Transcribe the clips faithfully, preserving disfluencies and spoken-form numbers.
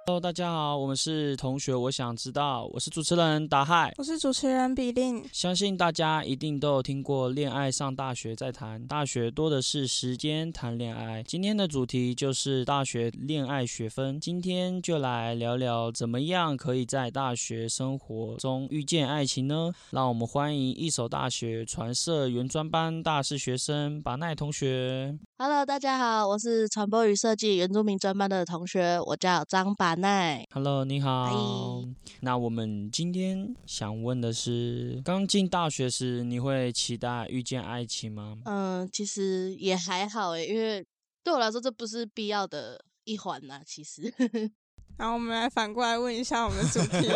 Hello， 大家好，我们是同学，我想知道，我是主持人达嗨， 我是主持人比令。 相信大家一定都有听过恋爱上大学再谈，大学多的是时间谈恋爱。今天的主题就是大学恋爱学分，今天就来聊聊怎么样可以在大学生活中遇见爱情呢？让我们欢迎一所大学传社原专班大四学生把奈同学。 Hello， 大家好，我是传播与设计原住民专班的同学，我叫张把奈。 Hello， 你好。 Hi 那我们今天想问的是，刚进大学时，你会期待遇见爱情吗？ 嗯，其实也还好诶，因为对我来说这不是必要的一环呐、其实。 然后我们来反过来问一下我们的主题。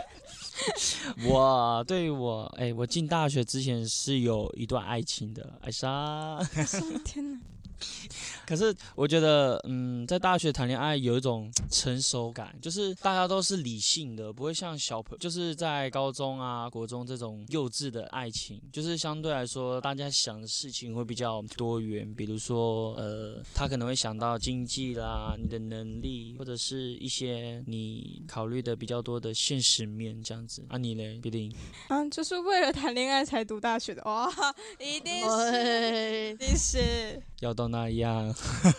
我对于我，哎，我进大学之前是有一段爱情的，艾莎。 天哪！ 可是我觉得，嗯，在大学谈恋爱有一种成熟感，就是大家都是理性的，不会像小朋友，就是在高中啊、国中这种幼稚的爱情，就是相对来说，大家想的事情会比较多元，比如说，呃，他可能会想到经济啦、你的能力，或者是一些你考虑的比较多的现实面这样子。啊，你嘞，必定？ 啊，就是为了谈恋爱才读大学的哇，一定是， 喂一定是。 要到那样。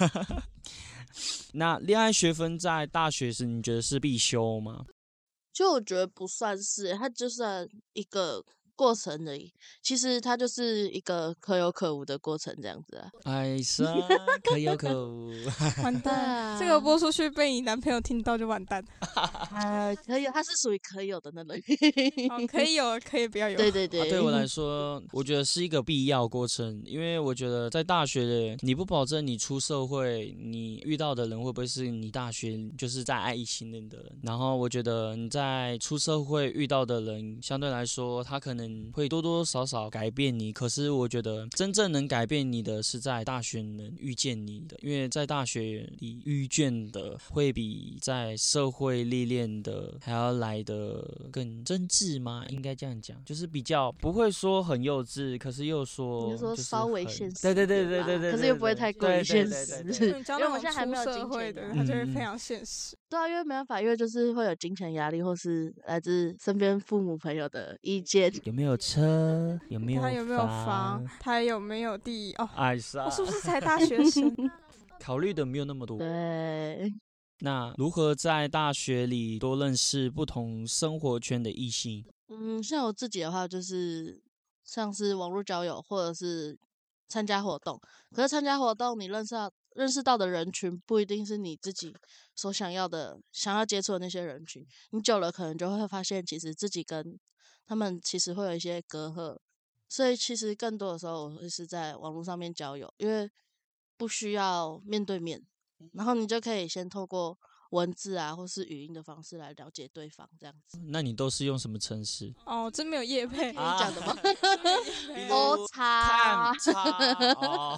那恋爱学分在大学时，你觉得是必修吗？ 就我觉得不算是，它就算一个过程而已。其实它就是一个可有可无的过程，这样子啊。 爱上可有可无。 完蛋， 啊这个播出去被你男朋友听到就完蛋。 啊，可以，它是属于可有的那类。 哦，可以有，可以不要有。 对对对， 啊，对我来说，我觉得是一个必要过程，因为我觉得在大学的你不保证你出社会，你遇到的人会不会是你大学就是在爱情人的人。然后我觉得你在出社会遇到的人，相对来说他可能会多多少少改变你，可是我觉得真正能改变你的是在大学能遇见你的，因为在大学里遇见的会比在社会历练的还要来的更真挚吗？应该这样讲，就是比较不会说很幼稚，可是又说你就说就是稍微很现实对对对一点吧对对对， 可是又不会太过于现实你知道那种因为我们现在还没出有金社会的， 钱压力他就会嗯嗯非常现实。 对啊，因为没办法，因为就是会有金钱压力，或是来自身边父母朋友的意见。 有没有车？有没有他有没有房？ 房？ 他有没有地？哦， 爱上我是不是才大学生？ 考虑的没有那么多。 对， 那如何在大学里多认识不同生活圈的异性？ 嗯，像我自己的话，就是像是网络交友，或者是参加活动。可是参加活动，你认识到认识到的人群，不一定是你自己所想要的、想要接触的那些人群。你久了，可能就会发现，其实自己跟他们其实会有一些隔阂。所以，其实更多的时候，我会是在网络上面交友，因为不需要面对面，然后你就可以先透过文字啊，或是语音的方式来了解对方，这样子。 那你都是用什么程式？ 哦，真没有业配。 可以讲的吗？ 比欧如叉看叉哦。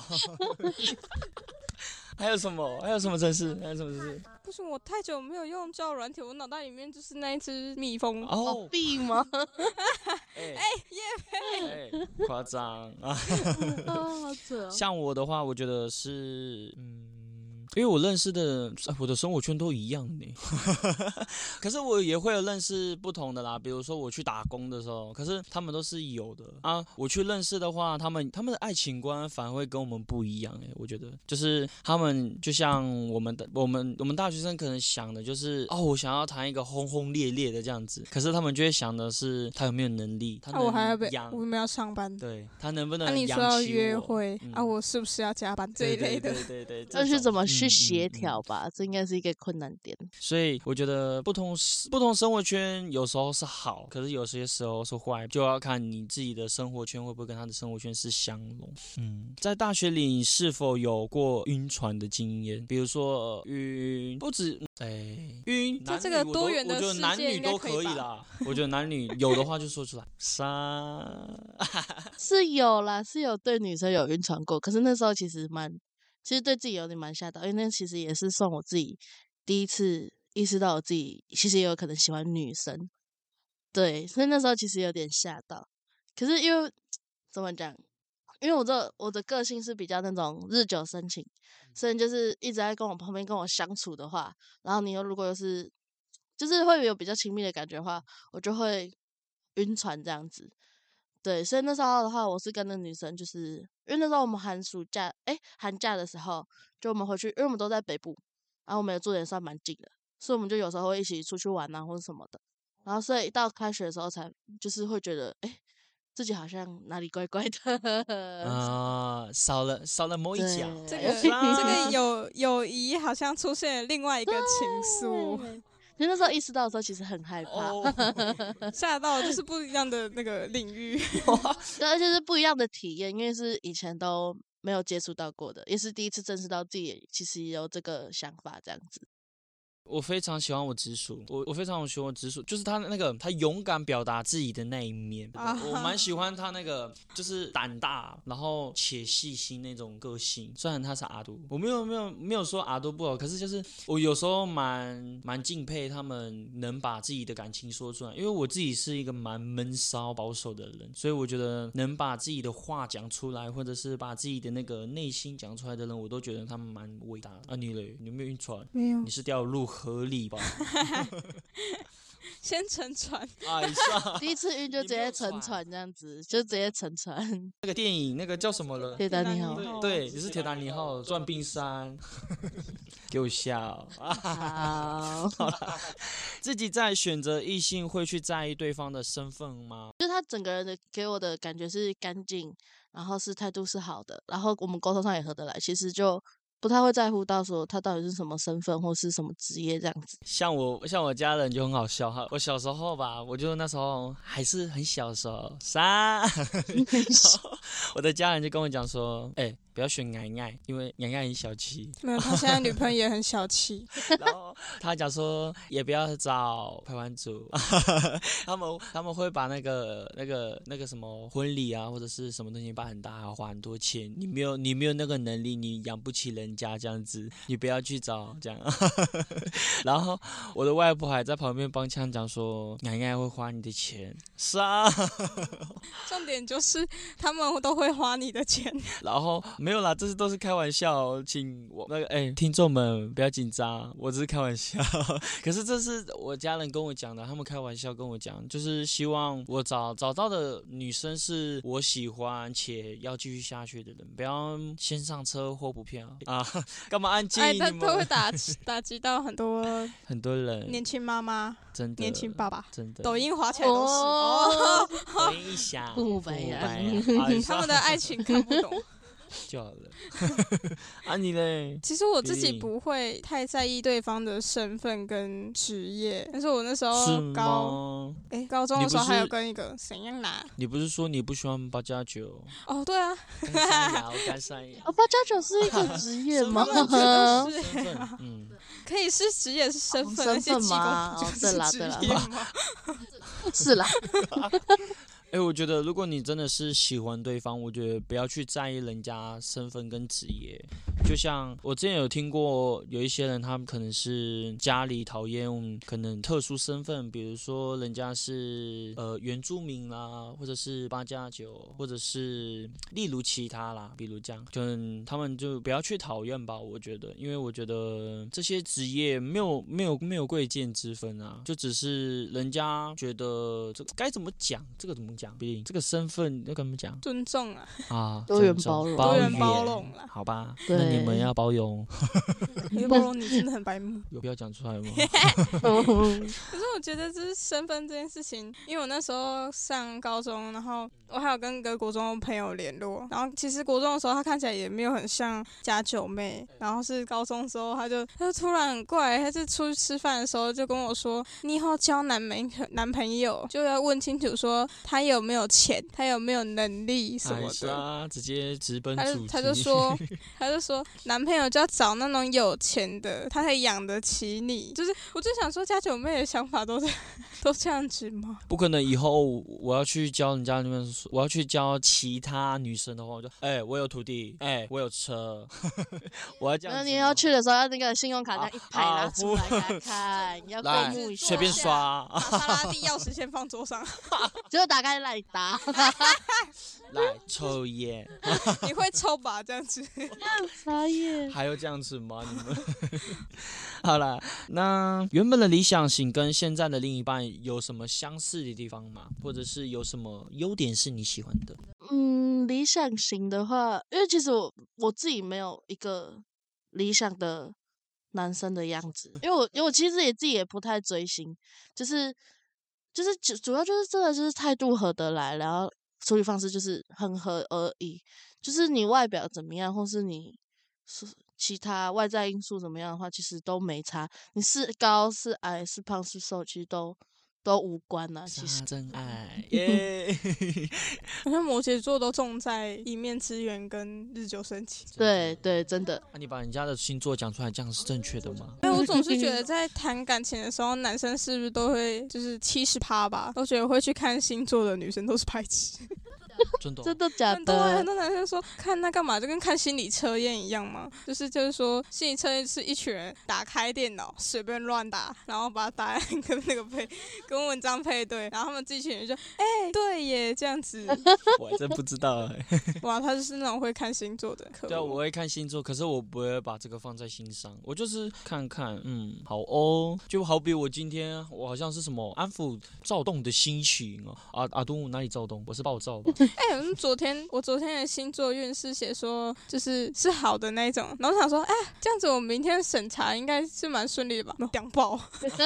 还有什么？还有什么程式？还有什么程式？ 不是我太久没有用交友软体，我脑袋里面就是那一只蜜蜂。 哦， 币吗？ 哎哎，叶佩，夸张啊！ 啊，好扯哦。 像我的话，我觉得是，嗯，因为我认识的，哎我的生活圈都一样呢。可是我也会有认识不同的啦，比如说我去打工的时候，可是他们都是有的啊。我去认识的话，他们他们的爱情观反而会跟我们不一样哎，我觉得就是他们就像我们的我们我们大学生可能想的就是哦，我想要谈一个轰轰烈烈的这样子，可是他们就会想的是他有没有能力，他啊，我还要被， 能养， 我们要上班。 对他能不能啊，你说养起要约我会、 嗯啊，我是不是要加班这一类的？ 对对对对对， 这是怎么去嗯协嗯嗯调吧？这应该是一个困难点。 所以我觉得不同不同生活圈有时候是好，可是有些时候是坏，就要看你自己的生活圈会不会跟他的生活圈是相容。嗯，在大学里你是否有过晕船的经验？比如说呃晕，不止哎晕， 在这个男女我都多元的我觉得世男女都界应该可以吧可以啦。我觉得男女有的话就说出来。三， 是有啦，是有对女生有晕船过，可是那时候其实蛮，其实对自己有点蛮吓到，因为那其实也是算我自己第一次意识到我自己其实也有可能喜欢女生，对，所以那时候其实有点吓到。可是因为怎么讲？因为我这我的个性是比较那种日久生情，所以就是一直在跟我旁边跟我相处的话，然后你又如果又是就是会有比较亲密的感觉的话，我就会晕船这样子。对，所以那时候的话，我是跟那女生，就是因为那时候我们寒暑假，诶，寒假的时候，就我们回去，因为我们都在北部，然后我们的住的也算蛮近的，所以我们就有时候会一起出去玩啊，或者什么的。然后所以一到开学的时候才，就是会觉得，诶，自己好像哪里怪怪的。 啊、少了少了某一角。 这对个这个友友谊好像出现了另外一个情愫， 对其实那时候意识到的时候，其实很害怕， 哦， 吓到就是不一样的那个领域。 对，而且是不一样的体验，因为是以前都没有接触到过的，也是第一次正视到自己其实也有这个想法，这样子。 我非常喜欢我直属，我我非常喜欢我直属，就是他那个他勇敢表达自己的那一面， 啊我蛮喜欢他那个就是胆大，然后且细心那种个性。虽然他是阿都，我没有没有没有说阿都不好，可是就是我有时候蛮蛮敬佩他们能把自己的感情说出来，因为我自己是一个蛮闷骚保守的人，所以我觉得能把自己的话讲出来，或者是把自己的那个内心讲出来的人，我都觉得他们蛮伟大的。啊，你嘞？你有没有晕船？ 没有你是掉入河里吧？ 先沉船， 哎呀， 第一次晕就直接沉船这样子，就直接沉船。 那个电影那个叫什么了？ 铁达尼号， 号对，也是铁达尼号转冰山，给我笑。 好， 自己在选择异性会去在意对方的身份吗？ 就是他整个人的给我的感觉是干净，然后是态度是好的，然后我们沟通上也合得来，其实就不太会在乎到说他到底是什么身份或是什么职业这样子。 像我像我家人就很好笑哈，我小时候吧，我就那时候还是很小的时候，三，我的家人就跟我讲说，哎、欸，不要选奶奶，因为奶奶很小气。 没有，他现在女朋友也很小气。 然后他讲说，也不要找排湾族，他们他们会把那个那个那个什么婚礼啊，或者是什么东西办很大，花很多钱，你没有你没有那个能力，你养不起人家这样子，你不要去找这样。然后我的外婆还在旁边帮腔讲说，奶奶会花你的钱，是啊。 重点就是他们都会花你的钱。 然后没有啦，这是都是开玩笑，请我那个哎、欸、听众们不要紧张，我只是开玩笑。可是这是我家人跟我讲的，他们开玩笑跟我讲，就是希望我找找到的女生是我喜欢且要继续下去的人，不要先上车后补票啊！干嘛安静？ 哎， 你们他都会打打击到很多很多人年轻妈妈、 真的年轻爸爸， 真的抖音滑起来都是哦， 抖音一下， 父母白养哎他们的爱情看不懂。 就好了。啊，你嘞？ 其实我自己比利不会太在意对方的身份跟职业，但是我那时是候高吗？ 哎、高中的时候你不是还有跟一个怎样拿你不是说你不喜欢八加九？ 哦，对啊， 干山摇，干山摇。 哦，八加九是一个职业吗？ 他们觉得是身份，嗯， 可以是职业是身份， 哦那些技身份吗工不就哦对啦是职对啦业吗？ 是啦， 哎、我觉得如果你真的是喜欢对方，我觉得不要去在意人家身份跟职业。就像我之前有听过，有一些人他们可能是家里讨厌可能特殊身份，比如说人家是呃原住民啦，或者是八加九，或者是例如其他啦，比如这样，就他们就不要去讨厌吧。我觉得，因为我觉得这些职业没有没有没有贵贱之分啊，就只是人家觉得这该怎么讲，这个怎么讲？毕竟这个身份要跟他们讲尊重啊， 啊， 多元尊重包容包多元包容容啦。 好吧？ 对那你们要包容， 因为包容你真的很白目。 有必要讲出来吗？ 可是我觉得这是身份这件事情，因为我那时候上高中，然后我还有跟一个国中的朋友联络，然后其实国中的时候他看起来也没有很像家九妹，然后是高中的时候他就他就突然很怪，他是出去吃饭的时候就跟我说，你以后交男朋男朋友就要问清楚说他有没有钱，他有没有能力什么哎是的。 啊，直接直奔他主题。 就他就说，他就说男朋友就要找那种有钱的，他才养得起你。就是我就想说，家九妹的想法都是都这样子吗？ 不可能以后我要去教人家那边，我要去教其他女生的话，我就哎、欸，我有土地，哎、欸，我有车，我要这样子吗。 那你要去的时候，要那个信用卡这样一排啊拿出来看看，要来过目一下。 随便刷。 玛莎拉蒂钥匙先放桌上。 结果打开开来打， 来抽烟， 你会抽吧这样子？ 傻眼。 还有这样子吗？你们？好啦，那原本的理想型跟现在的另一半有什么相似的地方吗？或者是有什么优点是你喜欢的？ 嗯，理想型的话，因为其实我我自己没有一个理想的男生的样子，因为我因为我其实也自己也不太追星，就是就是主主要就是真的就是态度合得来，然后处理方式就是很合而已，就是你外表怎么样，或是你是其他外在因素怎么样的话，其实都没差。你是高是矮是胖是瘦，其实都都无关呐、其实杀真爱耶！ 好像摩羯座都重在一面之缘跟日久生情。 对对，真的。 那、你把人家的星座讲出来，这样是正确的吗？ 哎，我总是觉得在谈感情的时候，男生是不是都会就是七十趴吧，都觉得会去看星座的女生都是白痴。 真的哦、 真的假很多啊很的？ 多男生说看那干嘛，就跟看心理测验一样嘛，就是就是说心理测验是一群人打开电脑随便乱打，然后把答案跟那个配跟文章配对，然后他们这群人就哎、欸、对耶这样子。 我还真不知道哎、 哇，他就是那种会看星座的。可对啊，我恶。 会看星座，可是我不会把这个放在心上，我就是看看，嗯，好哦。就好比我今天，我好像是什么安抚躁动的心情哦，阿阿东哪里躁动？我是暴躁吧？ 哎、欸，昨天我昨天的星座运势写说就是是好的那一种，然后我想说，哎、欸，这样子我明天审查应该是蛮顺利的吧？屌爆！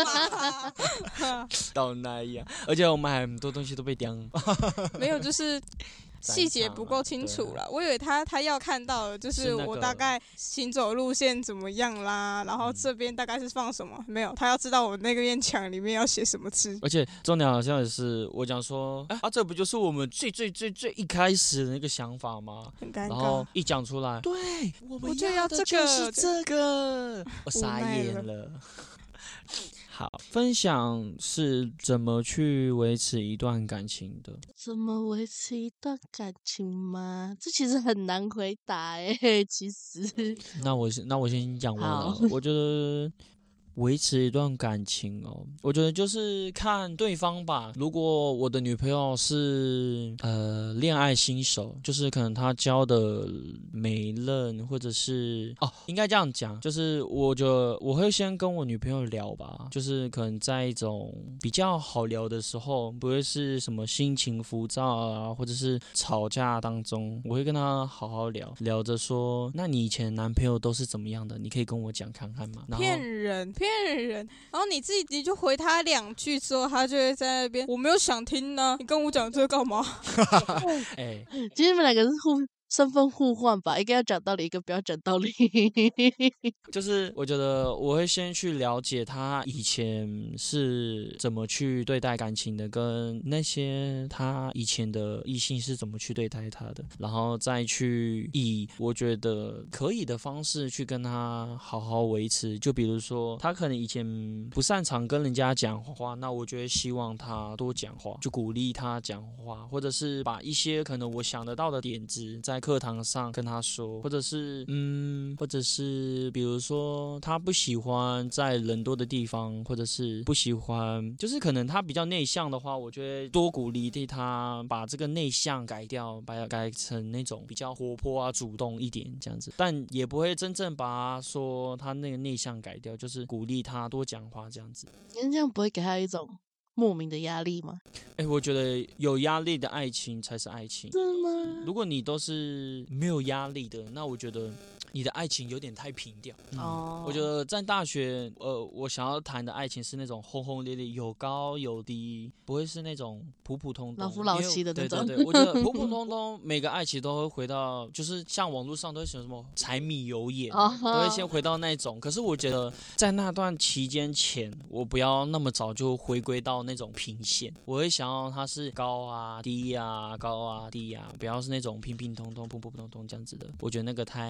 到那样，而且我们还很多东西都被刁。 没有，就是细节不够清楚啦。我以为他他要看到的就是是那个我大概行走路线怎么样啦，然后这边大概是放什么，没有，他要知道我那个面墙里面要写什么字。 而且重点好像也是我讲说，啊，这不就是我们最最最最一开始的那个想法吗？ 很尴然后尬。 一讲出来，对，我们我就要的这就是个这个，我傻无奈了眼了。好，分享是怎么去维持一段感情的。 怎么维持一段感情吗？这其实很难回答诶、其实， 那我先那我先讲完了好。 我觉得维持一段感情哦，我觉得就是看对方吧。如果我的女朋友是呃恋爱新手，就是可能她交的每任或者是哦，应该这样讲，就是我觉得我会先跟我女朋友聊吧，就是可能在一种比较好聊的时候，不会是什么心情浮躁啊，或者是吵架当中，我会跟她好好聊，聊着说，那你以前男朋友都是怎么样的？你可以跟我讲看看吗？然后骗人，骗人！然后你自己你就回他两句之后，他就会在那边，我没有想听呢、你跟我讲这个干嘛？ 哎、 其实你们两个是互身份互换吧，一个要讲道理，一个不要讲道理。 就是我觉得我会先去了解他以前是怎么去对待感情的，跟那些他以前的异性是怎么去对待他的，然后再去以我觉得可以的方式去跟他好好维持。就比如说他可能以前不擅长跟人家讲话，那我就会希望他多讲话，就鼓励他讲话，或者是把一些可能我想得到的点子在课堂上跟他说，或者是嗯，或者是比如说他不喜欢在人多的地方，或者是不喜欢，就是可能他比较内向的话，我就会多鼓励替他把这个内向改掉，把它改成那种比较活泼啊、主动一点这样子，但也不会真正把他说他那个内向改掉，就是鼓励他多讲话这样子。 你这样不会给他一种莫名的压力吗？ 哎，我觉得有压力的爱情才是爱情。 是吗？ 如果你都是没有压力的，那我觉得你的爱情有点太平调。嗯、 哦， 我觉得在大学，呃，我想要谈的爱情是那种轰轰烈烈，有高有低，不会是那种普普通通、 老夫老妻的那种。 对对对，我觉得普普通通，每个爱情都会回到，就是像网络上都会写什么柴米油盐， 哦、 都会先回到那种。可是我觉得在那段期间前，我不要那么早就回归到那种平线，我会想要它是高啊低啊高啊低啊，不要是那种平平通通、普普通通这样子的。我觉得那个太发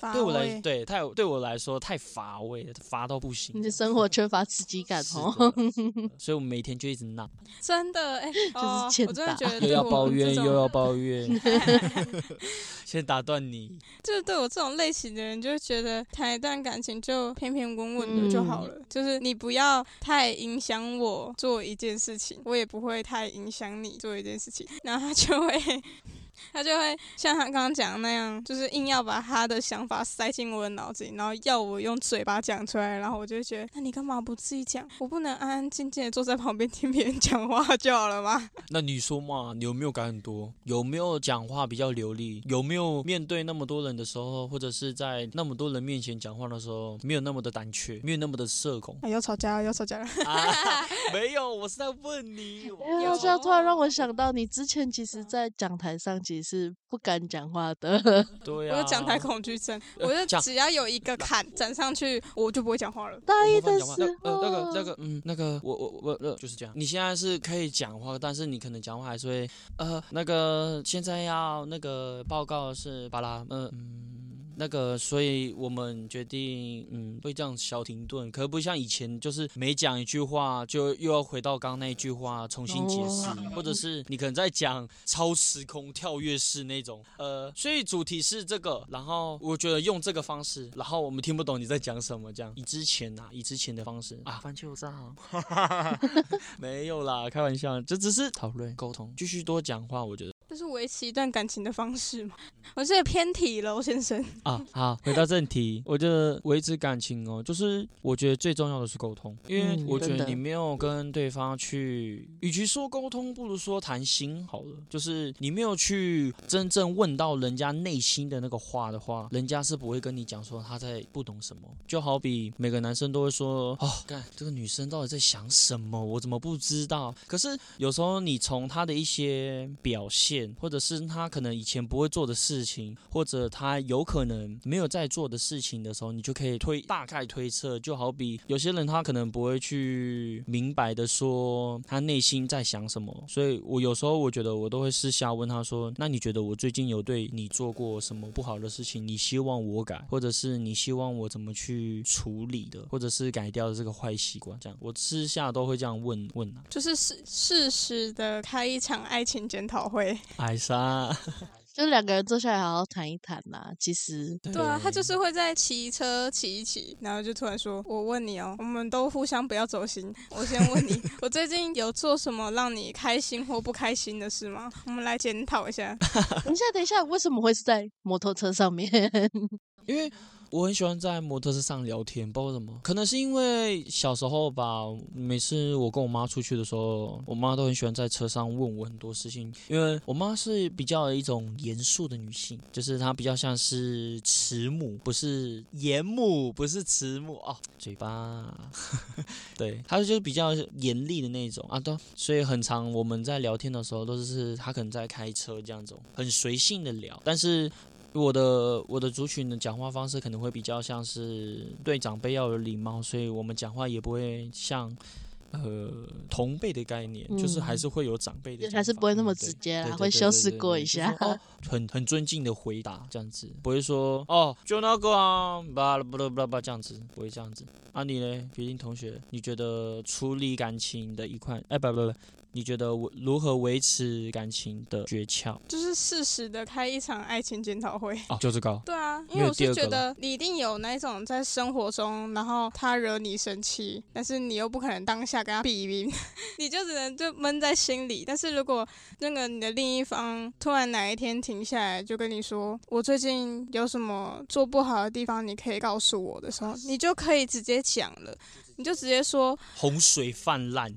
乏对我来味对太对我来说太乏味了，乏到不行。 你的生活缺乏刺激感是哦。 的是的所以我们每天就一直闹， 真的哎、哦， 欠我真的打又觉得对我要抱怨这种又要抱怨。先打断你， 就是对我这种类型的人，就会觉得谈一段感情就平平稳稳的就好了，就是你不要太影响我做一件事情，我也不会太影响你做一件事情，然后他就会。他就会像他刚刚讲的那样，就是硬要把他的想法塞进我的脑子里，然后要我用嘴巴讲出来，然后我就会觉得，那你干嘛不自己讲？我不能安安静静的坐在旁边听别人讲话就好了吗？ 那你说嘛，你有没有改很多？有没有讲话比较流利？有没有面对那么多人的时候，或者是在那么多人面前讲话的时候，没有那么的胆怯，没有那么的社恐？ 哎，要吵架了，要吵架了。 啊，没有，我是在问你。 哎呀，这样突然让我想到，你之前其实，在讲台上其实是不敢讲话的。 对啊， 我有讲台恐惧症， 呃我就讲只要有一个坎站上去，我就不会讲话了。 大一我没的时办法讲话那候， 呃那个那个嗯那个我我我呃就是这样。你现在是可以讲话，但是你可能讲话还是会呃那个现在要那个报告是巴拉呃嗯。那个，所以我们决定，嗯，会这样小停顿，可不像以前，就是每讲一句话，就又要回到刚刚那一句话重新解释， 哦或者是你可能在讲超时空跳跃式那种，呃，所以主题是这个，然后我觉得用这个方式，然后我们听不懂你在讲什么，这样以之前啊，以之前的方式啊，翻旧账，没有啦，开玩笑，这只是讨论沟通，继续多讲话，我觉得。 这是维持一段感情的方式吗？我这也偏题了，先生。 啊，好，回到正题，我觉得维持感情哦，就是我觉得最重要的是沟通，因为嗯我觉真的得你没有跟对方去，与其说沟通，不如说谈心好了。就是你没有去真正问到人家内心的那个话的话，人家是不会跟你讲说他在不懂什么。就好比每个男生都会说，哦，干这个女生到底在想什么，我怎么不知道？可是有时候你从他的一些表现，或者是他可能以前不会做的事情，或者他有可能没有在做的事情的时候，你就可以推大概推测。就好比有些人他可能不会去明白的说他内心在想什么，所以我有时候我觉得我都会私下问他说，那你觉得我最近有对你做过什么不好的事情，你希望我改，或者是你希望我怎么去处理的，或者是改掉这个坏习惯，这样我私下都会这样问问啊。 就是适适时的开一场爱情检讨会。 艾莎， 就两个人坐下来好好谈一谈啦。其实， 对啊，他就是会在骑车骑一骑，然后就突然说：“我问你哦，我们都互相不要走心。我先问你，我最近有做什么让你开心或不开心的事吗？我们来检讨一下。” 等一下，等一下，为什么会是在摩托车上面？ 因为我很喜欢在摩托车上聊天，不知道为什么，可能是因为小时候吧，每次我跟我妈出去的时候，我妈都很喜欢在车上问我很多事情，因为我妈是比较一种严肃的女性，就是她比较像是慈母，不是严母，不是慈母哦，嘴巴，对，她就是比较严厉的那种啊，对，所以很常我们在聊天的时候都是她可能在开车这样子，很随性的聊，但是。我的我的族群的讲话方式可能会比较像是对长辈要有礼貌，所以我们讲话也不会像呃同辈的概念， 嗯就是还是会有长辈的讲法， 还是不会那么嗯对直接啦对对会修饰对对对对过一下就是哦，很很尊敬的回答这样子，不会说哦就那个啊，巴拉巴拉巴拉这样子，不会这样子。啊你嘞，皮丁同学，你觉得处理感情的一块，哎不不不。你觉得我如何维持感情的诀窍？ 就是适时的开一场爱情检讨会。 哦，就这个。 对啊，因没有为我是觉第二个了得你一定有那种在生活中，然后他惹你生气，但是你又不可能当下跟他比拼，你就只能就闷在心里。但是如果那个你的另一方突然哪一天停下来，就跟你说我最近有什么做不好的地方，你可以告诉我的时候，你就可以直接讲了，你就直接说洪水泛滥，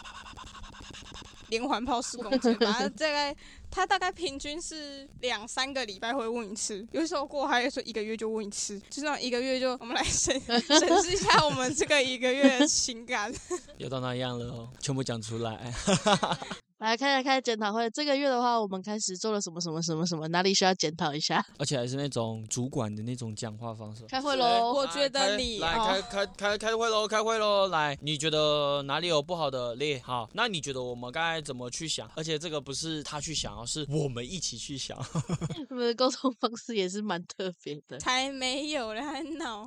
连环炮式攻击，把他大概他大概平均是两三个礼拜会问一次，有时候过还有时候一个月就问一次，就是那种一个月就我们来审审视一下我们这个一个月的情感。 又到那样了哦，全部讲出来。 来开来开检讨会。这个月的话，我们开始做了什么什么什么什么，哪里需要检讨一下？ 而且还是那种主管的那种讲话方式。 开会喽！ 我觉得你来哦开开开开会喽，开会喽！来，你觉得哪里有不好的列？好，那你觉得我们该怎么去想？而且这个不是他去想，而是我们一起去想。 你们的沟通方式也是蛮特别的。 才没有嘞，还闹。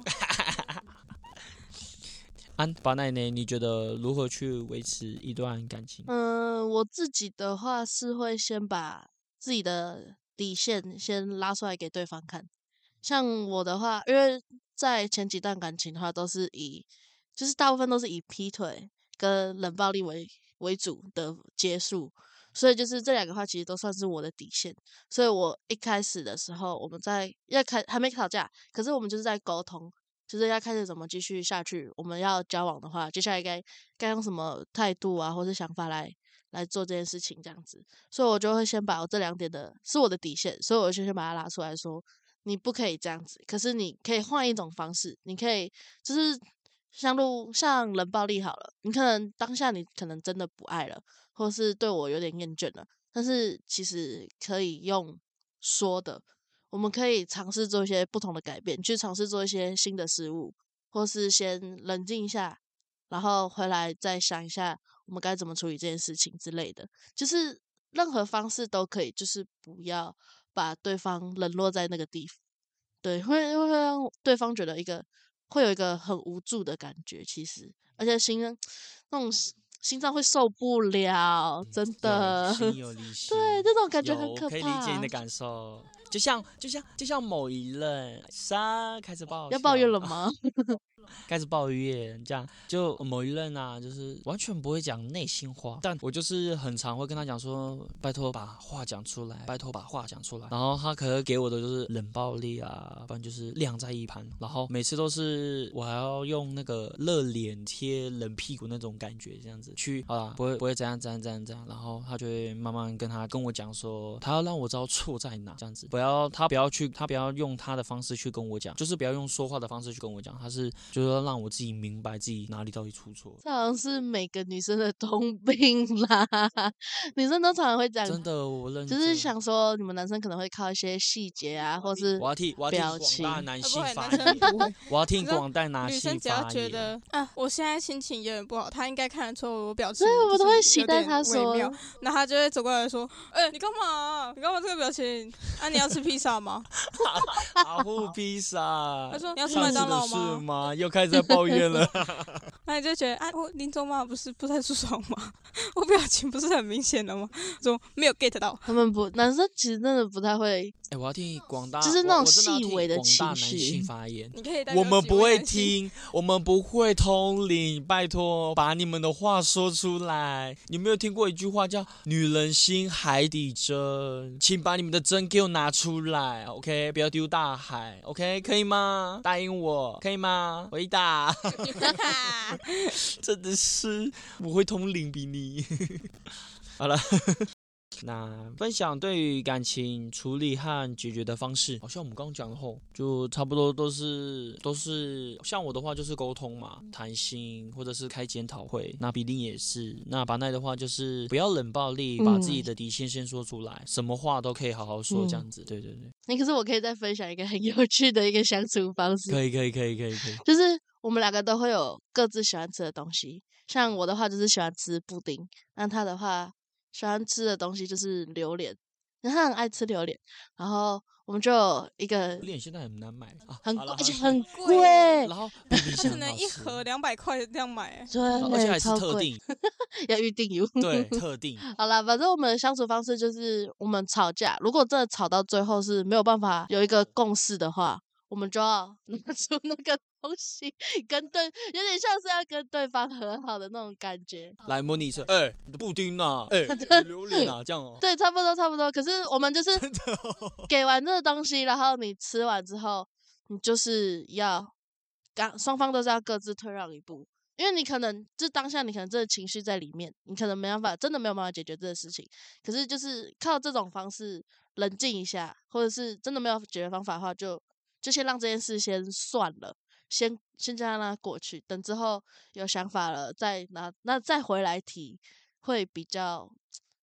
安巴奈呢？你觉得如何去维持一段感情？ 嗯，我自己的话是会先把自己的底线先拉出来给对方看。像我的话，因为在前几段感情的话，都是以就是大部分都是以劈腿跟冷暴力为为主的结束，所以就是这两个话其实都算是我的底线。所以我一开始的时候，我们在要开还没吵架，可是我们就是在沟通。就是要开始怎么继续下去。我们要交往的话，接下来该该用什么态度啊，或是想法来来做这件事情，这样子。所以我就会先把我这两点的是我的底线，所以我就先把它拉出来说，你不可以这样子，可是你可以换一种方式，你可以就是像路像冷暴力好了，你可能当下你可能真的不爱了，或是对我有点厌倦了，但是其实可以用说的。我们可以尝试做一些不同的改变，去尝试做一些新的事物，或是先冷静一下，然后回来再想一下我们该怎么处理这件事情之类的。就是任何方式都可以，就是不要把对方冷落在那个地方。对，会会让对方觉得一个会有一个很无助的感觉，其实，而且心那种心脏会受不了，真的。 有心有离心， 对，这种感觉很有可怕。 可以理解你的感受。就像就像就像某一任，三开始抱要抱怨了吗？ 开始抱怨，这样就某一任啊，就是完全不会讲内心话，但我就是很常会跟他讲说，拜托把话讲出来，拜托把话讲出来。然后他可能给我的就是冷暴力啊，不然就是晾在一旁，然后每次都是我还要用那个热脸贴冷屁股那种感觉，这样子去好啦，不会不会怎样怎样怎样怎样，然后他就会慢慢跟他跟我讲说，他要让我知道错在哪，这样子不要他不要去他不要用他的方式去跟我讲，就是不要用说话的方式去跟我讲，他是就是要让我自己明白自己哪里到底出错。 这好像是每个女生的通病啦，女生都常常会这样。 真的，我认真。 只是想说，你们男生可能会靠一些细节啊，或是我要替我要替广表情。 大男性啊不会， 发男生言， 不会。 我要替广大男女性生只要发言。 觉得啊，我现在心情有点不好，他应该看得出我表情， 所以我们都会期待就是有点他说微妙，然后他就会走过来说：“哎、你干嘛、你干嘛这个表情？啊，你要吃披萨吗阿护披萨， 他说你要吃麦当劳吗上次的事吗？又开始在抱怨了。？” 那你就觉得啊，我林中妈不是不太舒爽吗？我表情不是很明显的吗？怎么没有 get 到？ 他们不，男生其实真的不太会。 哎、我要替广大， 就是那种我我真的要替细微的广大男情绪性发言。 你可以代表我们几不会位男性， 听，我们不会通灵，拜托把你们的话说出来。有没有听过一句话叫“女人心海底针”？请把你们的针给我拿出来 ，OK？ 不要丢大海 ，OK？ 可以吗？答应我，可以吗？回答。真的是我会通灵比你。好了。那分享对于感情处理和解决的方式，好像我们刚刚讲的后，就差不多都是都是像我的话就是沟通嘛，谈心或者是开检讨会。那比利也是，那巴奈的话就是不要冷暴力，把自己的底线先说出来，嗯、什么话都可以好好说，这样子。对对对。 那可是我可以再分享一个很有趣的一个相处方式。 可以可以可以可以可以。 就是我们两个都会有各自喜欢吃的东西，像我的话就是喜欢吃布丁，那他的话。喜欢吃的东西就是榴莲，因为他很爱吃榴莲，然后我们就有一个榴莲现在很难买啊， 很贵，而且很很贵贵， 然后它它可能一盒两百块这样买， 对， 而且还是超贵， 特定， 要预定有对，特定。 好啦，反正我们的相处方式就是我们吵架，如果真的吵到最后是没有办法有一个共识的话，我们就要拿出那个东西跟对，有点像是要跟对方和好的那种感觉。 来模拟一次，哎、欸，你的布丁啊，哎、欸，你的榴莲啊，这样哦。 对，差不多差不多。可是我们就是哦、 给完这个东西，然后你吃完之后，你就是要刚双方都是要各自退让一步。因为你可能就当下你可能这个情绪在里面，你可能没办法，真的没有办法解决这个事情。可是就是靠这种方式冷静一下，或者是真的没有解决方法的话，就就先让这件事先算了，先先这样让它过去，等之后有想法了再拿，那再回来提会比较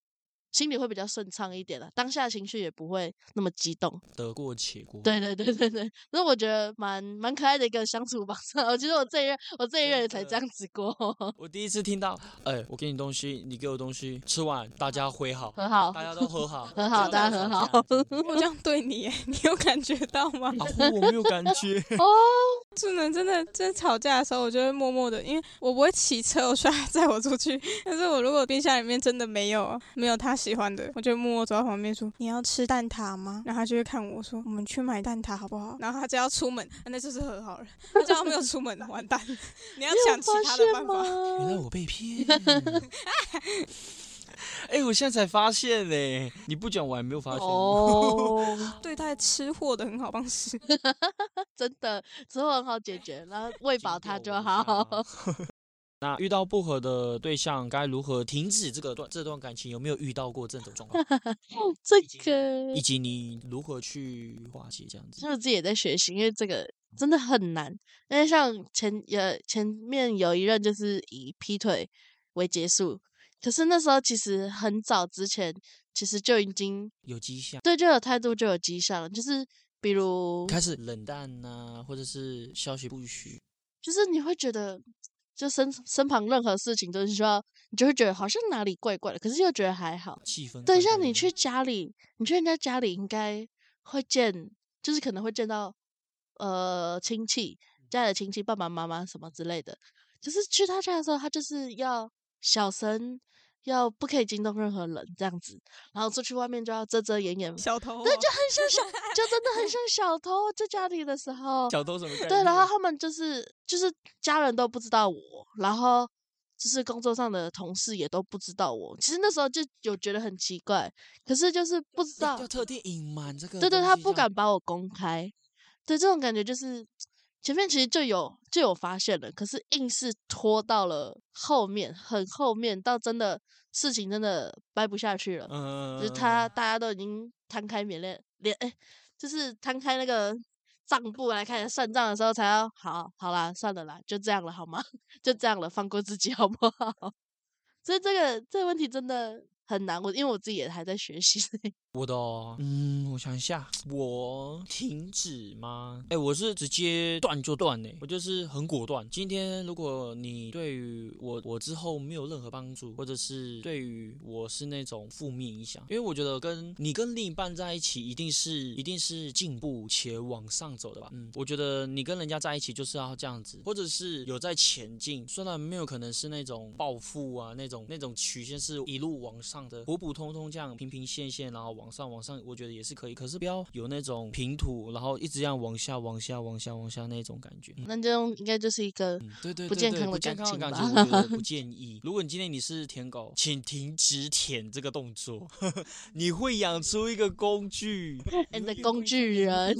心里会比较顺畅一点了，当下情绪也不会那么激动。 得过且过。 对对对对对，所以我觉得蛮蛮可爱的一个相处方式。我觉得我这一任我这一任也才这样子过。 我第一次听到，哎、欸，我给你东西，你给我东西，吃完大家和好， 和好， 大家都和好， 和好，大家和好。 我这样对你，你有感觉到吗？ 啊，我没有感觉。 哦， 真的真的，真吵架的时候，我就会默默的，因为我不会骑车，我需要他载我出去。但是我如果冰箱里面真的没有没有他喜欢的，我就默默走到旁边说：“你要吃蛋挞吗？”然后他就会看我说：“我们去买蛋挞好不好？”然后他只要出门，啊、那就是和好了。他只要没有出门，完蛋，你要想其他的办法。 原来我被骗。哎、欸，我现在才发现呢、欸，你不讲我还没有发现。 哦， 对待吃货的很好方式， 真的，之后很好解决，然后喂饱他就好。 那遇到不合的对象，该如何停止这个段这段感情？有没有遇到过这种状况？ 这个， 以及你如何去化解这样子？ 其实我自己也在学习，因为这个真的很难。因为像前呃前面有一任就是以劈腿为结束，可是那时候其实很早之前，其实就已经有迹象， 对，就有态度，就有迹象，就是比如开始冷淡呐、啊，或者是消息不许， 就是你会觉得。就身身旁任何事情都是需要，你就会觉得好像哪里怪怪的，可是又觉得还好。 气氛对，像你去家里，你去人家家里应该会见，就是可能会见到呃亲戚，家里的亲戚爸爸妈妈什么之类的。可是去他家的时候，他就是要小声，要不可以惊动任何人这样子，然后出去外面就要遮遮掩掩。 小偷、哦， 对，就很像小，就真的很像小偷。在家里的时候， 小偷什么概念？ 对，然后他们就是就是家人都不知道我，然后就是工作上的同事也都不知道我。其实那时候就有觉得很奇怪，可是就是不知道， 要特地隐瞒这个。 对对，他不敢把我公开。对，这种感觉就是前面其实就有就有发现了，可是硬是拖到了后面，很后面，到真的事情真的掰不下去了。嗯，就是他大家都已经摊开面脸脸，哎，就是摊开那个账簿来开始算账的时候，才要好好啦，算了啦，就这样了好吗？就这样了，放过自己好不好？所以这个这个问题真的很难，我因为我自己也还在学习。 我的、哦，嗯，我想一下，我停止吗？哎，我是直接断就断呢，我就是很果断。今天如果你对于我我之后没有任何帮助，或者是对于我是那种负面影响，因为我觉得跟你跟另一半在一起，一定是一定是进步且往上走的吧。嗯，我觉得你跟人家在一起就是要这样子，或者是有在前进，虽然没有可能是那种暴富啊，那种那种曲线是一路往上的，普普通通这样平平线线，然后往上往上，我觉得也是可以，可是不要有那种平土，然后一直这样往下往下往下往下那种感觉。 那这种应该就是一个对对不健康的感情吧。我觉得不建议。如果你今天你是舔狗，请停止舔这个动作，你会养出一个工具， 你的工具人。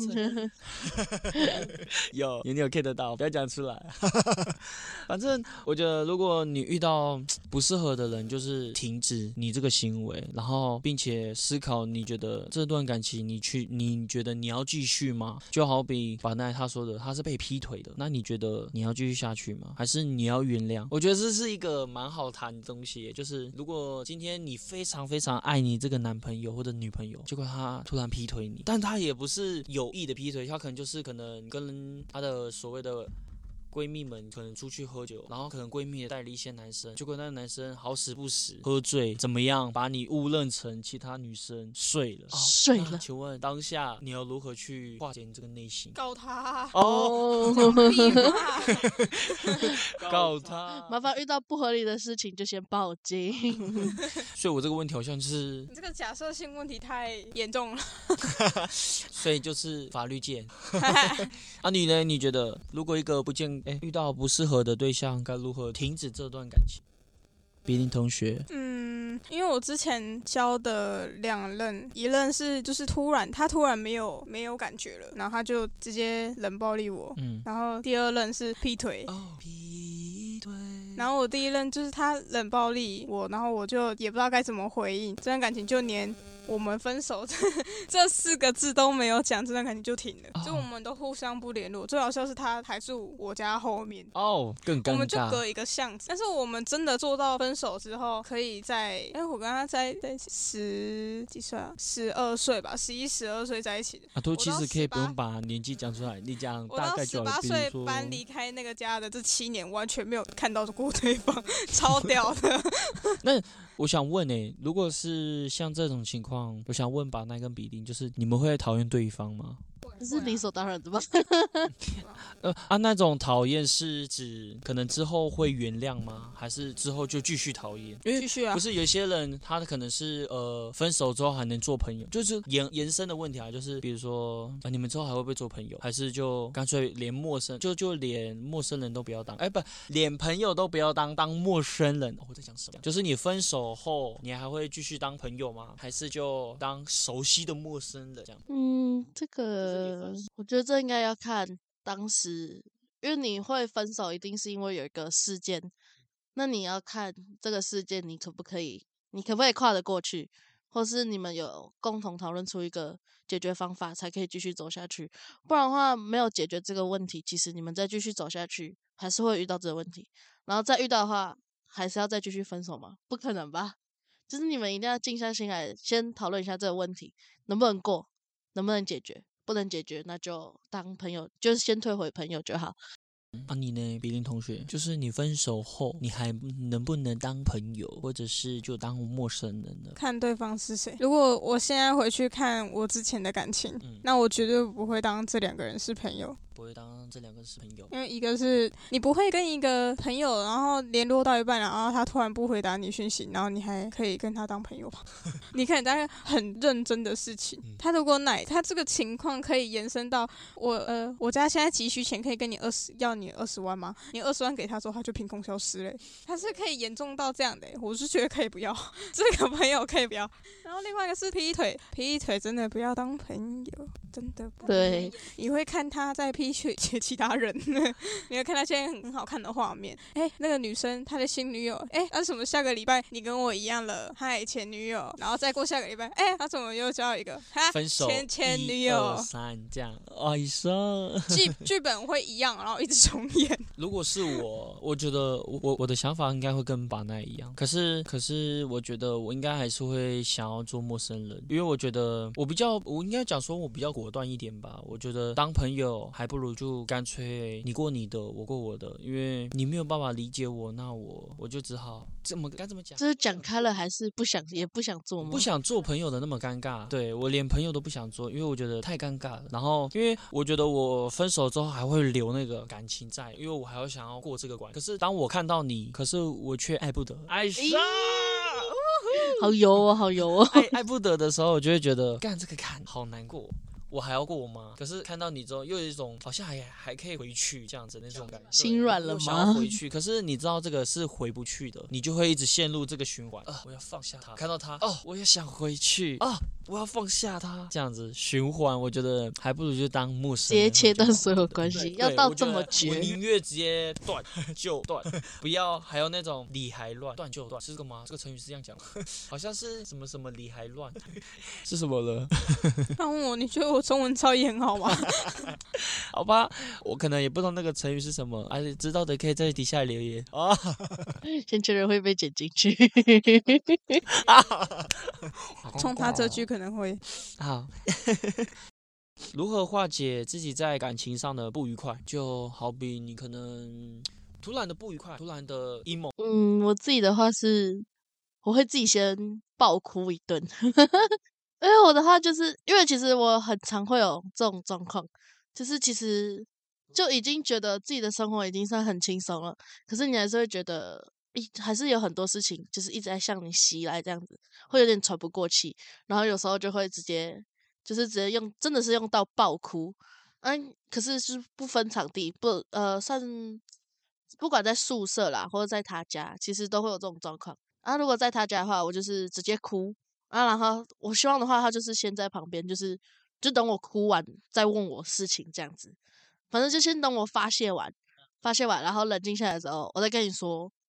有你有 get 得到，不要讲出来。反正我觉得，如果你遇到不适合的人，就是停止你这个行为，然后并且思考，你觉得这段感情你去，你觉得你要继续吗？就好比法奈他说的，他是被劈腿的，那你觉得你要继续下去吗？还是你要原谅？我觉得这是一个蛮好谈的东西，就是如果今天你非常非常爱你这个男朋友或者女朋友，结果他突然劈腿你，但他也不是有意的劈腿，他可能就是可能跟他的所谓的闺蜜们可能出去喝酒，然后可能闺蜜也带了一些男生，结果那个男生好死不死喝醉怎么样，把你误认成其他女生睡了， 睡了。 哦、请问当下你要如何去化解你这个内心？ 告他哦，告他。 麻烦遇到不合理的事情就先报警。 所以我这个问题好像就是你这个假设性问题太严重了。 所以就是法律界。啊，你呢？你觉得如果一个不健哎，遇到不适合的对象，该如何停止这段感情？比利同学， 嗯，因为我之前交的两任，一任是就是突然他突然没有没有感觉了，然后他就直接冷暴力我，嗯，然后第二任是劈腿， 哦，劈腿。 然后我第一任就是他冷暴力我，然后我就也不知道该怎么回应，这段感情就连我们分手这这四个字都没有讲，这段感情就停了，哦、就我们都互相不联络。最好笑是他还住我家后面哦，更尴尬， 我们就隔一个巷子。但是我们真的做到分手之后，可以在哎，我跟他在在十几岁啊，十二岁吧，十一、十二岁在一起的。 啊，都其实可以不用把年纪讲出来，你讲大概就好了。 我到十八岁搬离开那个家的这七年，完全没有看到过对方，超屌的。 那我想问诶、欸，如果是像这种情况，我想问把奈跟比利，就是你们会讨厌对方吗？ 这是理所当然的吧？ 呃啊，那种讨厌是指可能之后会原谅吗？还是之后就继续讨厌？因为继续啊， 不是有些人他可能是呃分手之后还能做朋友，就是延延伸的问题啊，就是比如说、呃、你们之后还会不会做朋友？还是就干脆连陌生就就连陌生人都不要当？哎，不，连朋友都不要当，当陌生人。哦、我在讲什么？就是你分手后，你还会继续当朋友吗？还是就当熟悉的陌生人这样？ 嗯，这个。我觉得这应该要看当时，因为你会分手，一定是因为有一个事件，那你要看这个事件你可不可以，你可不可以跨得过去，或是你们有共同讨论出一个解决方法，才可以继续走下去。不然的话，没有解决这个问题，其实你们再继续走下去，还是会遇到这个问题，然后再遇到的话，还是要再继续分手吗？不可能吧？就是你们一定要静下心来，先讨论一下这个问题能不能过，能不能解决。不能解决，那就当朋友，就是先退回朋友就好。 啊，你呢，比林同学？就是你分手后，你还能不能当朋友，或者是就当陌生人呢？ 看对方是谁。如果我现在回去看我之前的感情，嗯、那我绝对不会当这两个人是朋友。 不会当这两个是朋友， 因为一个是你不会跟一个朋友，然后联络到一半，然后他突然不回答你讯息，然后你还可以跟他当朋友吧？你可以当很认真的事情。嗯、他如果奶，他这个情况可以延伸到我呃，我家现在急需钱，可以跟你二十要你二十万吗？你二十万给他之后，他就凭空消失嘞。他是可以严重到这样的，我是觉得可以不要这个朋友可以不要。然后另外一个是劈腿，劈腿真的不要当朋友，真的不对， 你会看他在劈腿其他人，你会看他现在很好看的画面。哎、欸，那个女生她的新女友，哎、欸，那什么下个礼拜你跟我一样了，嗨前女友，然后再过下个礼拜，哎、欸，他怎么又交一个哈分手前前女友？ 三这样，哎上剧剧本会一样，然后一直重演。 如果是我，我觉得我我的想法应该会跟把奈一样，可是可是我觉得我应该还是会想要做陌生人，因为我觉得我比较，我应该讲说我比较果断一点吧。我觉得当朋友还不如就干脆你过你的，我过我的，因为你没有办法理解我，那我我就只好这么该怎么讲？ 就是讲开了，还是不想也不想做吗？ 不想做朋友的那么尴尬，对我连朋友都不想做，因为我觉得太尴尬了。然后因为我觉得我分手之后还会留那个感情在，因为我还要想要过这个关。可是当我看到你，可是我却爱不得，爱上。 好油哦，好油哦！ 爱爱不得的时候，我就会觉得干这个看好难过。我还要过吗？可是看到你之后，又有一种好像还还可以回去这样子那种感觉， 心软了吗？ 想要回去，可是你知道这个是回不去的，你就会一直陷入这个循环。啊，我要放下他，看到他，哦，我也想回去啊，我要放下他，这样子循环，我觉得还不如就当陌生人， 直接切断所有关系，要到这么绝， 我宁愿直接断就断，不要还有那种理还乱，断就断，是这个吗？这个成语是这样讲，好像是什么什么理还乱，是什么了？ 他问我，你觉得我中文造诣很好吗？ 好吧，我可能也不知道那个成语是什么，哎，知道的可以在底下留言啊。 先确认会被剪进去。 冲他这句可能会好。如何化解自己在感情上的不愉快？就好比你可能突然的不愉快，突然的 emo。 嗯，我自己的话是，我会自己先爆哭一顿。因为我的话就是，因为其实我很常会有这种状况，就是其实就已经觉得自己的生活已经算很轻松了，可是你还是会觉得，一还是有很多事情就是一直在向你袭来，这样子会有点喘不过气，然后有时候就会直接就是直接用，真的是用到爆哭。嗯，可是是不分场地，不呃算不管在宿舍啦，或者在他家，其实都会有这种状况。啊，如果在他家的话，我就是直接哭。啊，然后我希望的话，他就是先在旁边，就是就等我哭完再问我事情这样子。反正就先等我发泄完，发泄完，然后冷静下来的时候，我再跟你说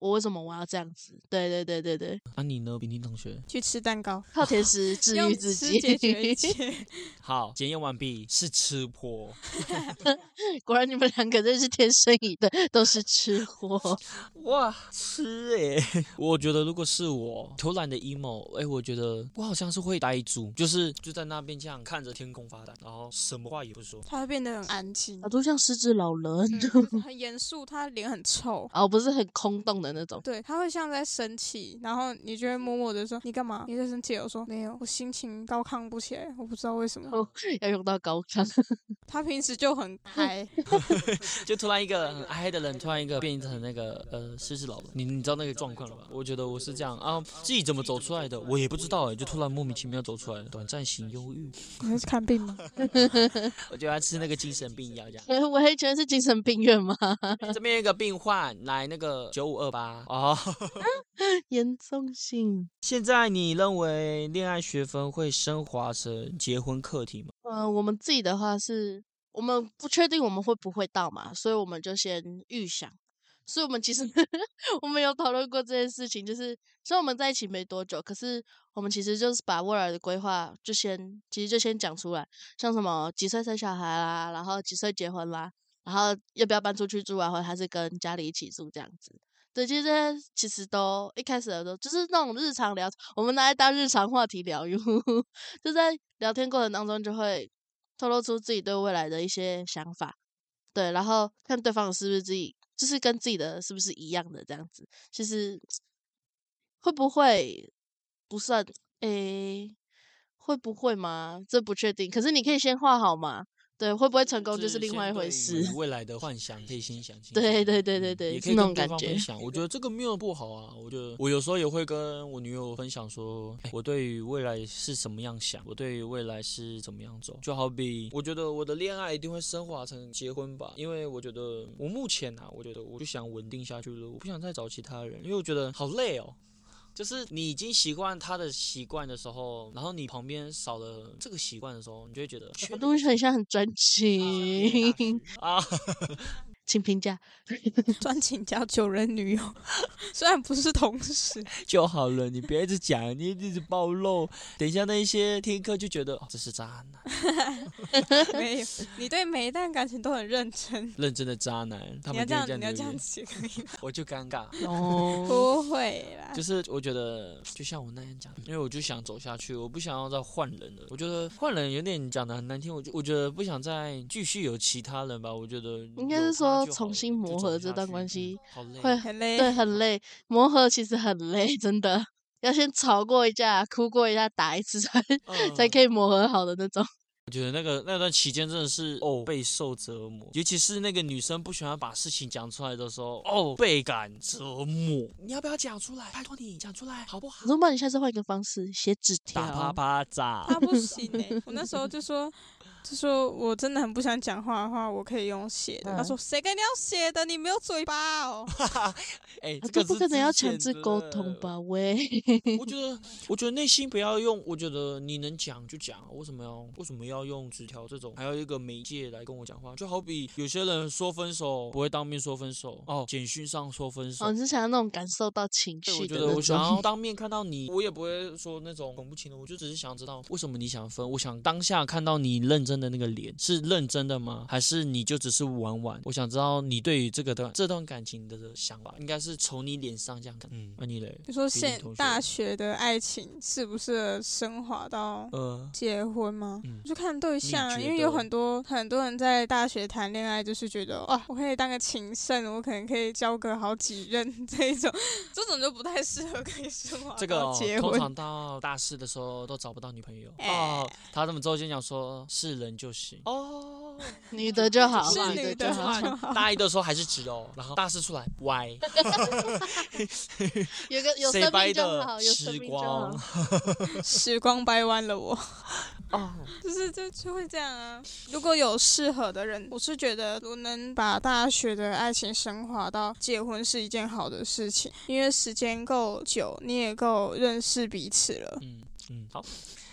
我为什么我要这样子？对对对对对， 那、啊、你呢，比利同学？ 去吃蛋糕， 靠甜食治愈自己， 解决一切。 好，检验完毕，是吃货。 果然你们两个真是天生一对，都是吃货。 哇，吃哎、欸！我觉得如果是我偷懒的 emo， 哎、欸，我觉得我好像是会呆住，就是就在那边这样看着天空发呆，然后什么话也不说。 他会变得很安静， 啊，都像失智老人， 嗯、很严肃，他脸很臭， 哦，不是很空洞的那种。 对，他会像在生气，然后你就会默默的说：“你干嘛？你在生气？”我说：“没有，我心情高亢不起来，我不知道为什么。 哦”要用到高亢。 他平时就很嗨， 就突然一个很嗨的人，突然一个变成那个呃失智老人，你你知道那个状况了吧？我觉得我是这样啊，自己怎么走出来的，我也不知道哎，就突然莫名其妙走出来了，短暂型忧郁。 你会去看病吗？ 我就要吃那个精神病药，这样。 我还觉得是精神病院吗？ 这边有一个病患来那个九五二八哦， 严重性。 现在你认为恋爱学分会升华成结婚课题吗？ 呃，我们自己的话是，我们不确定我们会不会到嘛，所以我们就先预想。所以我们其实我们有讨论过这件事情，就是虽然我们在一起没多久，可是我们其实就是把未来的规划就先，其实就先讲出来，像什么几岁生小孩啦，然后几岁结婚啦，然后要不要搬出去住啊，或者还是跟家里一起住这样子。对，其实这些其实都一开始的时候就是那种日常聊，我们拿来当日常话题聊，就在聊天过程当中就会透露出自己对未来的一些想法，对，然后看对方是不是自己就是跟自己的是不是一样的这样子，其实会不会不算诶，会不会吗？这不确定，可是你可以先画好嘛。对，会不会成功就是另外一回事。 未来的幻想可以先想清楚。 对对对对对， 也可以跟对方分享。 我觉得这个没有不好啊。我觉得我有时候也会跟我女友分享说，欸、我对于未来是什么样想，我对于未来是怎么样走。就好比我觉得我的恋爱一定会升华成结婚吧，因为我觉得我目前啊，我觉得我就想稳定下去了，我不想再找其他人，因为我觉得好累哦。就是你已经习惯他的习惯的时候，然后你旁边少了这个习惯的时候，你就会觉得我都很像很专情啊。 请评价， 专情交九人女友，虽然不是同事就好了，你别一直讲，你一直暴露，等一下那一些听课就觉得、哦、这是渣男。 没有，你对每一段感情都很认真， 认真的渣男。他们你要这样， 这样你要这样子可以吗？ 我就尴尬哦， 不会啦， 就是我觉得就像我那样讲，因为我就想走下去，我不想要再换人了。我觉得换人有点讲的很难听，我就我觉得不想再继续有其他人吧。我觉得应该是说重新磨合这段关系会很累， 对，很累。磨合其实很累，真的要先吵过一架，哭过一架，打一次才、嗯、才可以磨合好的那种。 我觉得那个那段期间真的是哦备受折磨，尤其是那个女生不喜欢把事情讲出来的时候，哦倍感折磨。你要不要讲出来？拜托你讲出来好不好？ 怎么办？你下次换一个方式，写纸条， 打啪啪掌。 他不行哎、欸，我那时候就说。就说我真的很不想讲话的话，我可以用写的。嗯、他说：“谁跟你要写的？你没有嘴巴哦。” 哎，这个不可能要强制沟通吧？喂， 我觉得，我觉得内心不要用。我觉得你能讲就讲，为什么要为什么要用纸条这种？还有一个媒介来跟我讲话，就好比有些人说分手不会当面说分手哦，简讯上说分手。 哦，你是想要那种感受到情绪的那种？ 我觉得我想要当面看到你，我也不会说那种恐怖情人，我就只是想知道为什么你想分。我想当下看到你认真的那个脸是认真的吗？还是你就只是玩玩？我想知道你对于这个段这段感情的想法，应该是从你脸上这样看。嗯，那你嘞？ 你说现大学的爱情适不适合升华到结婚吗？嗯、就看对象啊，因为有很多很多人在大学谈恋爱，就是觉得哇，我可以当个情圣，我可能可以交个好几任这一种，这种就不太适合可以升华到结婚。 这个、哦、通常到大四的时候都找不到女朋友、欸、哦。他们周间讲说是人就行哦， 女的就好， 是女的就好。 大一的时候还是直哦，然后大四出来歪。 有个有生命就好，有生命就好。 时光掰弯了我。哦，就是就就会这样啊。如果有适合的人，我是觉得我能把大学的爱情升华到结婚是一件好的事情，因为时间够久，你也够认识彼此了。 嗯嗯，好。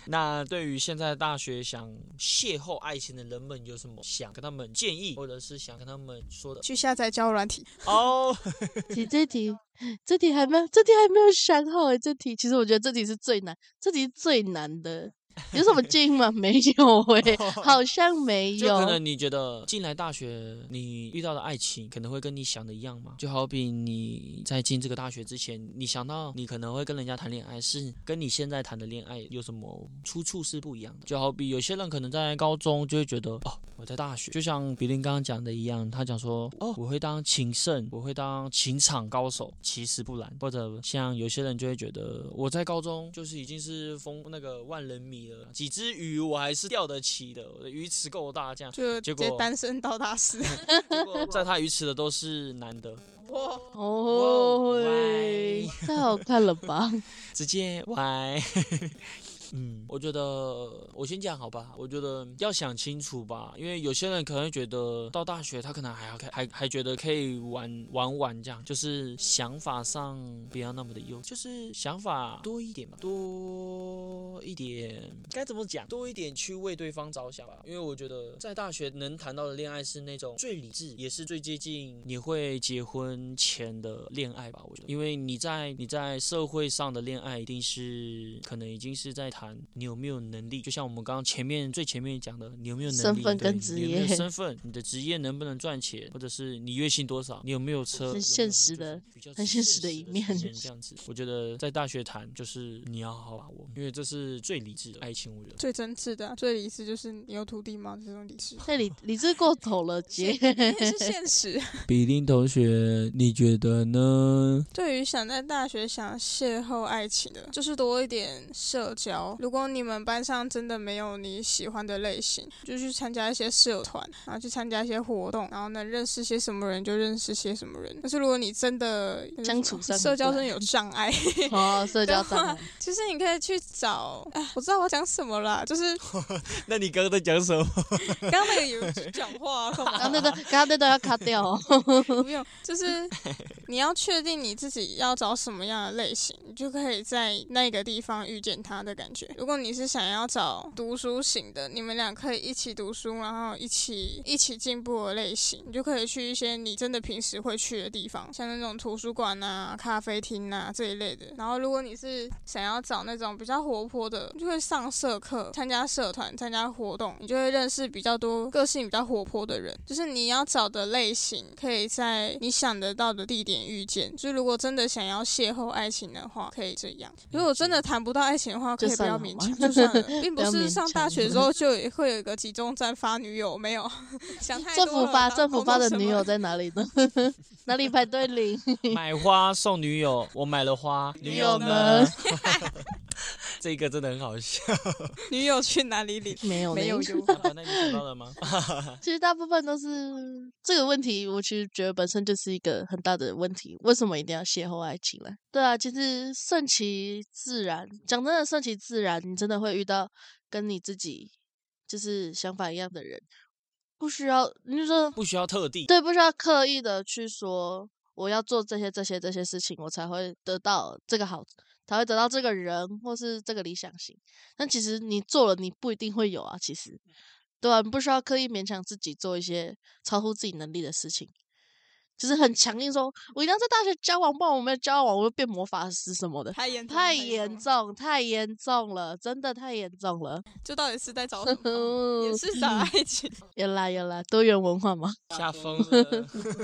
那对于现在大学想邂逅爱情的人们，有什么想跟他们建议，或者是想跟他们说的？ 去下载交友软体哦。 题这题，这题还没有，这题还没有想好诶。这题其实我觉得这题是最难，这题是最难的。有什么建议吗？没有诶，好像没有。 就可能你觉得进来大学，你遇到的爱情可能会跟你想的一样吗？就好比你在进这个大学之前，你想到你可能会跟人家谈恋爱，是跟你现在谈的恋爱有什么出处是不一样的。就好比有些人可能在高中就会觉得，哦，我在大学，就像比林刚刚讲的一样，他讲说，哦，我会当情圣，我会当情场高手，其实不然。或者像有些人就会觉得，我在高中就是已经是风那个万人迷了，几只鱼我还是钓得起的，我的鱼池够大，这样就直接单身到大四。 结果在他鱼池的都是男的。 哇哦，太好看了吧！ 直接歪。嗯，我觉得我先讲好吧。我觉得要想清楚吧，因为有些人可能会觉得到大学他可能还要还还觉得可以玩玩玩这样，就是想法上不要那么的幼，就是想法多一点吧，多一点该怎么讲，多一点去为对方着想吧。因为我觉得在大学能谈到的恋爱是那种最理智，也是最接近你会结婚前的恋爱吧。我觉得，因为你在你在社会上的恋爱一定是可能已经是在谈你有没有能力，就像我们刚刚前面最前面讲的，你有没有能力， 身份跟职业， 你有没有身份，你的职业能不能赚钱，或者是你月薪多少，你有没有车， 很现实的，很现实的一面。 这样子，我觉得在大学谈就是你要好好把握，因为这是最理智的爱情，我觉得最真挚的、啊，最理智就是你有土地吗？这种理智， 太理理智过头了，姐。 是现实。 比林同学，你觉得呢？ 对于想在大学想邂逅爱情的，就是多一点社交。如果你们班上真的没有你喜欢的类型，就去参加一些社团，然后去参加一些活动，然后能认识些什么人就认识些什么人。但是如果你真的相处上社交上有障碍， 哦，社交障碍， 其实你可以去找，哎，我知道我讲什么啦，就是那你刚刚在讲什么？ 刚刚那个有讲话， 刚刚那个刚刚那段要卡掉哦。 不用，就是你要确定你自己要找什么样的类型，你就可以在那个地方遇见他的感觉。如果你是想要找读书型的，你们俩可以一起读书，然后一起一起进步的类型，你就可以去一些你真的平时会去的地方，像那种图书馆啊、咖啡厅啊这一类的。然后如果你是想要找那种比较活泼的，就会上社课、参加社团、参加活动，你就会认识比较多个性比较活泼的人。就是你要找的类型，可以在你想得到的地点遇见。就如果真的想要邂逅爱情的话，可以这样。如果真的谈不到爱情的话，可以不要勉强，就算了。并不是上大学之后就会有一个集中站发女友，没有想太多了。 政府发政府发的女友在哪里呢？哪里排队领？ 买花送女友，我买了花， 女友呢？ 这个真的很好笑。 女友去哪里领？ 没有， 没有。 那你想到了吗？ 其实大部分都是这个问题，我其实觉得本身就是一个很大的问题。为什么一定要邂逅爱情呢？对啊，其实顺其自然。讲真的，顺其自然，你真的会遇到跟你自己就是想法一样的人，不需要，你就说不需要特地， 对，不需要刻意的去说我要做这些这些这些事情，我才会得到这个好。才会得到这个人或是这个理想型，但其实你做了，你不一定会有啊。其实，对啊，你不需要刻意勉强自己做一些超乎自己能力的事情，就是很强硬说，我一定要在大学交往，不然我没有交往，我会变魔法师什么的， 太严重， 太严重，太严重了，真的太严重了。 这到底是在找什么？也是找爱情？ 有啦有啦，多元文化嘛， 吓疯了。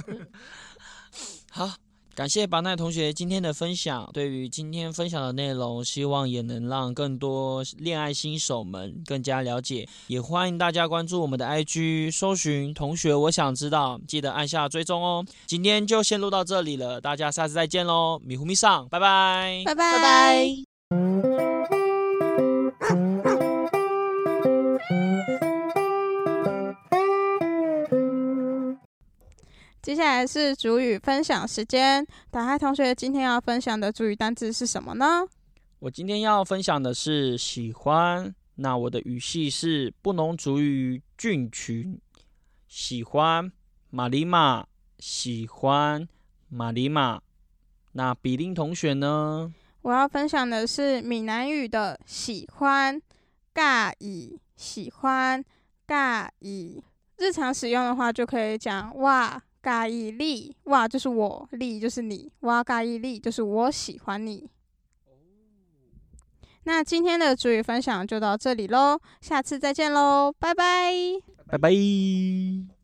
好。感谢巴奈同学今天的分享，对于今天分享的内容，希望也能让更多恋爱新手们更加了解，也欢迎大家关注我们的 I G， 搜寻同学我想知道，记得按下追踪哦。今天就先录到这里了，大家下次再见咯，迷糊迷上，拜拜， 拜拜， 拜拜。 接下来是主语分享时间，打开同学今天要分享的主语单字是什么呢？ 我今天要分享的是喜欢，那我的语系是布农族语菌群，喜欢玛丽玛，喜欢玛丽玛。那比林同学呢？ 我要分享的是闽南语的喜欢， 介意，喜欢，介意。日常使用的话就可以讲我介意你，我就是我，你就是你，我介意你就是我喜欢你。那今天的主语分享就到这里咯，下次再见咯，拜拜， 拜拜。